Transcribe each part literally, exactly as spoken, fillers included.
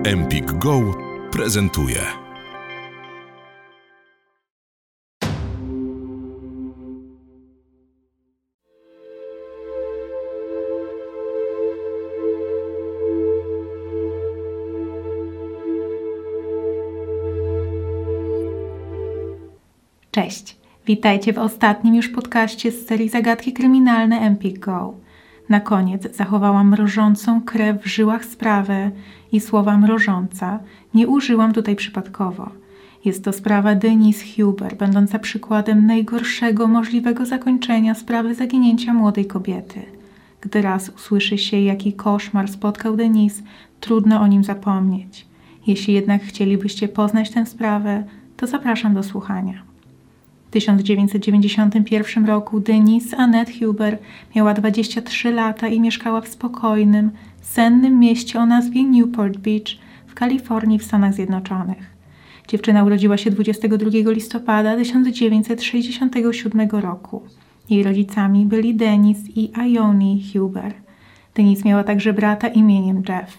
Empik Go prezentuje. Cześć, witajcie w ostatnim już podcaście z serii Zagadki Kryminalne Empik Go. Na koniec zachowałam mrożącą krew w żyłach sprawę i słowa mrożąca nie użyłam tutaj przypadkowo. Jest to sprawa Denise Huber, będąca przykładem najgorszego możliwego zakończenia sprawy zaginięcia młodej kobiety. Gdy raz usłyszy się, jaki koszmar spotkał Denise, trudno o nim zapomnieć. Jeśli jednak chcielibyście poznać tę sprawę, to zapraszam do słuchania. W tysiąc dziewięćset dziewięćdziesiątym pierwszym roku Denise Annette Huber miała dwadzieścia trzy lata i mieszkała w spokojnym, sennym mieście o nazwie Newport Beach w Kalifornii w Stanach Zjednoczonych. Dziewczyna urodziła się dwudziestego drugiego listopada tysiąc dziewięćset sześćdziesiątego siódmego roku. Jej rodzicami byli Denise i Ione Huber. Denise miała także brata imieniem Jeff.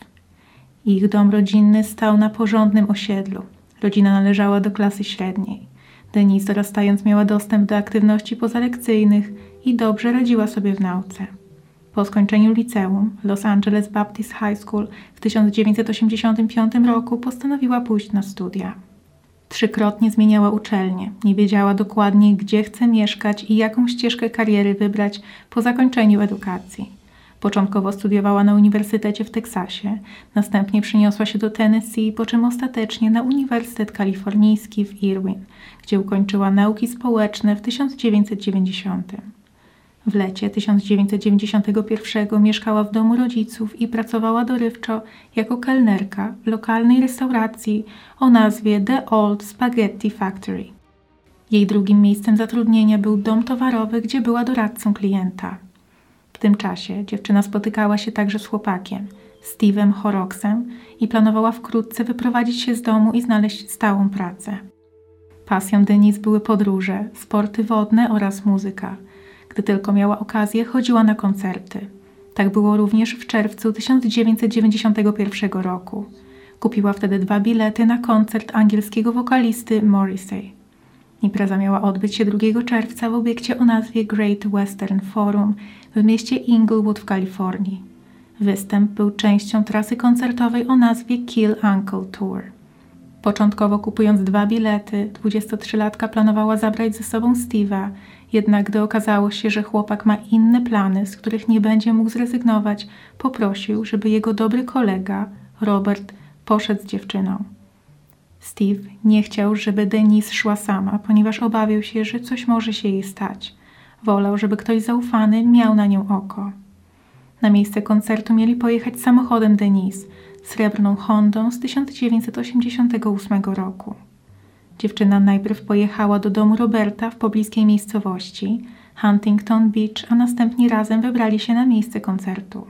Ich dom rodzinny stał na porządnym osiedlu. Rodzina należała do klasy średniej. Denise dorastając miała dostęp do aktywności pozalekcyjnych i dobrze radziła sobie w nauce. Po skończeniu liceum Los Angeles Baptist High School w tysiąc dziewięćset osiemdziesiątym piątym roku postanowiła pójść na studia. Trzykrotnie zmieniała uczelnię, nie wiedziała dokładnie, gdzie chce mieszkać i jaką ścieżkę kariery wybrać po zakończeniu edukacji. Początkowo studiowała na Uniwersytecie w Teksasie, następnie przeniosła się do Tennessee, po czym ostatecznie na Uniwersytet Kalifornijski w Irwin, gdzie ukończyła nauki społeczne w tysiąc dziewięćset dziewięćdziesiątym. W lecie tysiąc dziewięćset dziewięćdziesiątego pierwszego mieszkała w domu rodziców i pracowała dorywczo jako kelnerka w lokalnej restauracji o nazwie The Old Spaghetti Factory. Jej drugim miejscem zatrudnienia był dom towarowy, gdzie była doradcą klienta. W tym czasie dziewczyna spotykała się także z chłopakiem, Steve'em Horrocksem, i planowała wkrótce wyprowadzić się z domu i znaleźć stałą pracę. Pasją Denise były podróże, sporty wodne oraz muzyka. Gdy tylko miała okazję, chodziła na koncerty. Tak było również w czerwcu tysiąc dziewięćset dziewięćdziesiątego pierwszego roku. Kupiła wtedy dwa bilety na koncert angielskiego wokalisty Morrissey. Impreza miała odbyć się drugiego czerwca w obiekcie o nazwie Great Western Forum w mieście Inglewood w Kalifornii. Występ był częścią trasy koncertowej o nazwie Kill Uncle Tour. Początkowo kupując dwa bilety, dwudziestotrzylatka planowała zabrać ze sobą Steve'a, jednak gdy okazało się, że chłopak ma inne plany, z których nie będzie mógł zrezygnować, poprosił, żeby jego dobry kolega, Robert, poszedł z dziewczyną. Steve nie chciał, żeby Denise szła sama, ponieważ obawiał się, że coś może się jej stać. Wolał, żeby ktoś zaufany miał na nią oko. Na miejsce koncertu mieli pojechać samochodem Denise, srebrną Hondą z tysiąc dziewięćset osiemdziesiątego ósmego roku. Dziewczyna najpierw pojechała do domu Roberta w pobliskiej miejscowości, Huntington Beach, a następnie razem wybrali się na miejsce koncertu.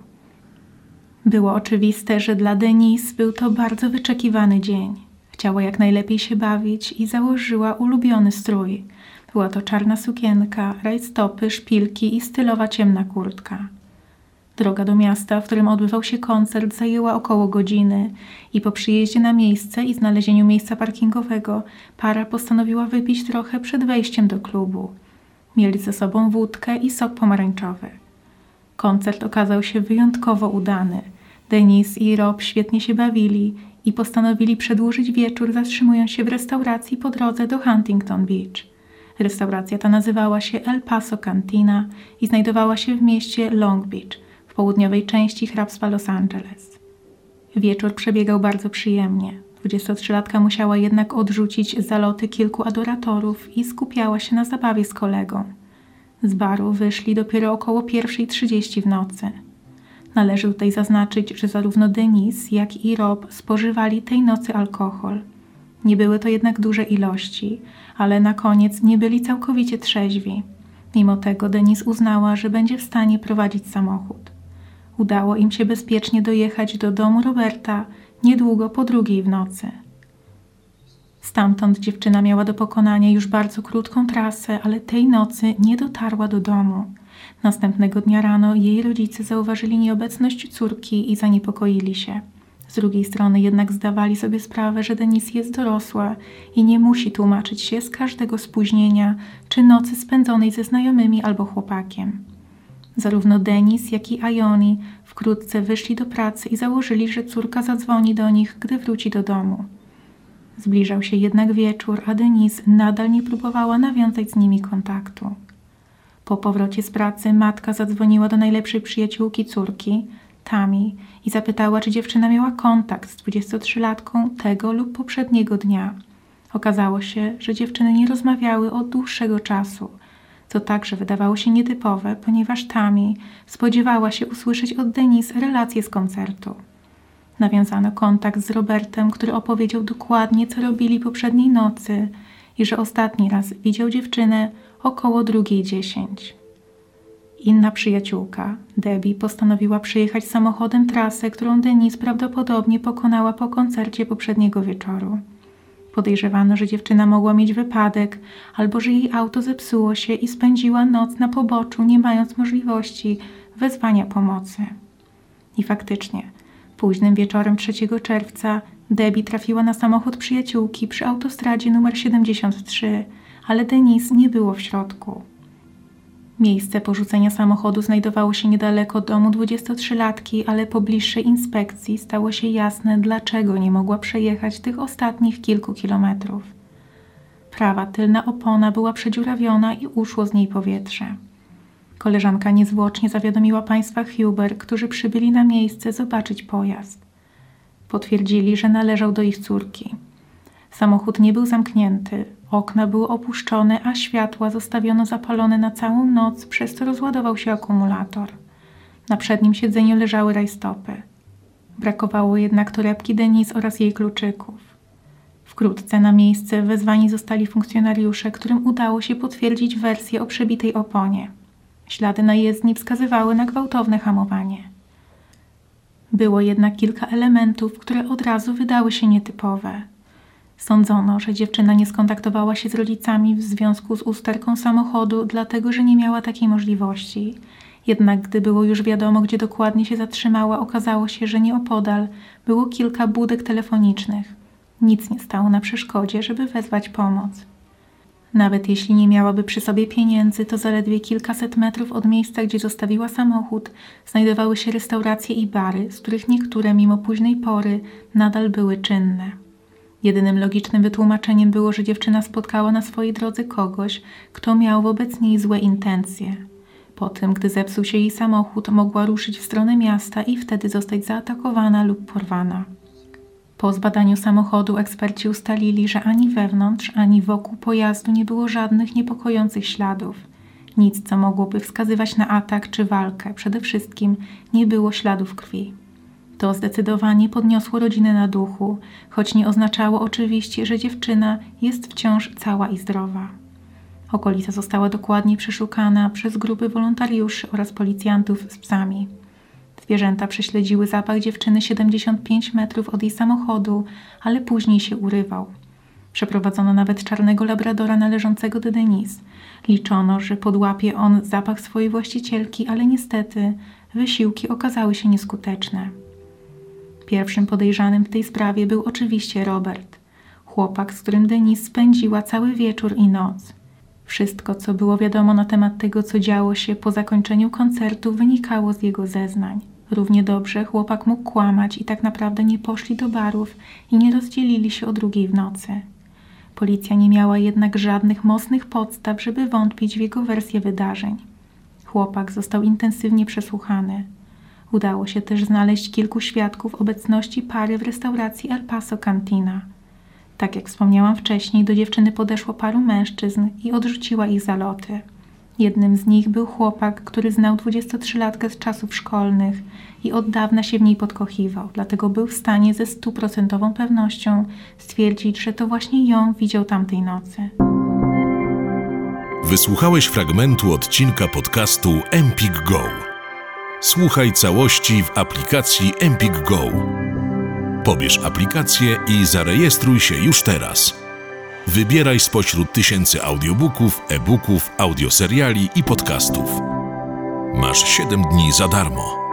Było oczywiste, że dla Denise był to bardzo wyczekiwany dzień. Chciała jak najlepiej się bawić i założyła ulubiony strój. Była to czarna sukienka, rajstopy, szpilki i stylowa ciemna kurtka. Droga do miasta, w którym odbywał się koncert, zajęła około godziny i po przyjeździe na miejsce i znalezieniu miejsca parkingowego para postanowiła wypić trochę przed wejściem do klubu. Mieli ze sobą wódkę i sok pomarańczowy. Koncert okazał się wyjątkowo udany. Denise i Rob świetnie się bawili i postanowili przedłużyć wieczór, zatrzymując się w restauracji po drodze do Huntington Beach. Restauracja ta nazywała się El Paso Cantina i znajdowała się w mieście Long Beach, w południowej części hrabstwa Los Angeles. Wieczór przebiegał bardzo przyjemnie. dwudziestotrzylatka musiała jednak odrzucić zaloty kilku adoratorów i skupiała się na zabawie z kolegą. Z baru wyszli dopiero około pierwszej trzydzieści w nocy. Należy tutaj zaznaczyć, że zarówno Denise, jak i Rob spożywali tej nocy alkohol. Nie były to jednak duże ilości, ale na koniec nie byli całkowicie trzeźwi. Mimo tego Denise uznała, że będzie w stanie prowadzić samochód. Udało im się bezpiecznie dojechać do domu Roberta niedługo po drugiej w nocy. Stamtąd dziewczyna miała do pokonania już bardzo krótką trasę, ale tej nocy nie dotarła do domu. Następnego dnia rano jej rodzice zauważyli nieobecność córki i zaniepokoili się. Z drugiej strony jednak zdawali sobie sprawę, że Denise jest dorosła i nie musi tłumaczyć się z każdego spóźnienia czy nocy spędzonej ze znajomymi albo chłopakiem. Zarówno Denis, jak i Ioni wkrótce wyszli do pracy i założyli, że córka zadzwoni do nich, gdy wróci do domu. Zbliżał się jednak wieczór, a Denise nadal nie próbowała nawiązać z nimi kontaktu. Po powrocie z pracy matka zadzwoniła do najlepszej przyjaciółki córki, Tami, i zapytała, czy dziewczyna miała kontakt z dwudziestotrzylatką tego lub poprzedniego dnia. Okazało się, że dziewczyny nie rozmawiały od dłuższego czasu, co także wydawało się nietypowe, ponieważ Tami spodziewała się usłyszeć od Denise relacje z koncertu. Nawiązano kontakt z Robertem, który opowiedział dokładnie, co robili poprzedniej nocy i że ostatni raz widział dziewczynę około drugiej dziesięć. Inna przyjaciółka, Debbie, postanowiła przejechać samochodem trasę, którą Denise prawdopodobnie pokonała po koncercie poprzedniego wieczoru. Podejrzewano, że dziewczyna mogła mieć wypadek albo że jej auto zepsuło się i spędziła noc na poboczu, nie mając możliwości wezwania pomocy. I faktycznie, późnym wieczorem trzeciego czerwca Debbie trafiła na samochód przyjaciółki przy autostradzie numer siedemdziesiąt trzy, ale Denise nie było w środku. Miejsce porzucenia samochodu znajdowało się niedaleko domu dwudziestotrzylatki, ale po bliższej inspekcji stało się jasne, dlaczego nie mogła przejechać tych ostatnich kilku kilometrów. Prawa tylna opona była przedziurawiona i uszło z niej powietrze. Koleżanka niezwłocznie zawiadomiła państwa Huber, którzy przybyli na miejsce zobaczyć pojazd. Potwierdzili, że należał do ich córki. Samochód nie był zamknięty, okna były opuszczone, a światła zostawiono zapalone na całą noc, przez co rozładował się akumulator. Na przednim siedzeniu leżały rajstopy. Brakowało jednak torebki Denise oraz jej kluczyków. Wkrótce na miejsce wezwani zostali funkcjonariusze, którym udało się potwierdzić wersję o przebitej oponie. Ślady na jezdni wskazywały na gwałtowne hamowanie. Było jednak kilka elementów, które od razu wydały się nietypowe. Sądzono, że dziewczyna nie skontaktowała się z rodzicami w związku z usterką samochodu, dlatego że nie miała takiej możliwości. Jednak gdy było już wiadomo, gdzie dokładnie się zatrzymała, okazało się, że nieopodal było kilka budek telefonicznych. Nic nie stało na przeszkodzie, żeby wezwać pomoc. Nawet jeśli nie miałaby przy sobie pieniędzy, to zaledwie kilkaset metrów od miejsca, gdzie zostawiła samochód, znajdowały się restauracje i bary, z których niektóre mimo późnej pory nadal były czynne. Jedynym logicznym wytłumaczeniem było, że dziewczyna spotkała na swojej drodze kogoś, kto miał wobec niej złe intencje. Po tym, gdy zepsuł się jej samochód, mogła ruszyć w stronę miasta i wtedy zostać zaatakowana lub porwana. Po zbadaniu samochodu eksperci ustalili, że ani wewnątrz, ani wokół pojazdu nie było żadnych niepokojących śladów. Nic, co mogłoby wskazywać na atak czy walkę. Przede wszystkim nie było śladów krwi. To zdecydowanie podniosło rodzinę na duchu, choć nie oznaczało oczywiście, że dziewczyna jest wciąż cała i zdrowa. Okolica została dokładnie przeszukana przez grupy wolontariuszy oraz policjantów z psami. Zwierzęta prześledziły zapach dziewczyny siedemdziesiąt pięć metrów od jej samochodu, ale później się urywał. Przeprowadzono nawet czarnego labradora należącego do Denise. Liczono, że podłapie on zapach swojej właścicielki, ale niestety wysiłki okazały się nieskuteczne. Pierwszym podejrzanym w tej sprawie był oczywiście Robert, chłopak, z którym Denise spędziła cały wieczór i noc. Wszystko, co było wiadomo na temat tego, co działo się po zakończeniu koncertu, wynikało z jego zeznań. Równie dobrze chłopak mógł kłamać i tak naprawdę nie poszli do barów i nie rozdzielili się o drugiej w nocy. Policja nie miała jednak żadnych mocnych podstaw, żeby wątpić w jego wersję wydarzeń. Chłopak został intensywnie przesłuchany. Udało się też znaleźć kilku świadków obecności pary w restauracji El Paso Cantina. Tak jak wspomniałam wcześniej, do dziewczyny podeszło paru mężczyzn i odrzuciła ich zaloty. Jednym z nich był chłopak, który znał dwudziestotrzylatkę z czasów szkolnych i od dawna się w niej podkochiwał, dlatego był w stanie ze stuprocentową pewnością stwierdzić, że to właśnie ją widział tamtej nocy. Wysłuchałeś fragmentu odcinka podcastu Empik Go. Słuchaj całości w aplikacji Empik Go. Pobierz aplikację i zarejestruj się już teraz. Wybieraj spośród tysięcy audiobooków, e-booków, audioseriali i podcastów. Masz siedem dni za darmo.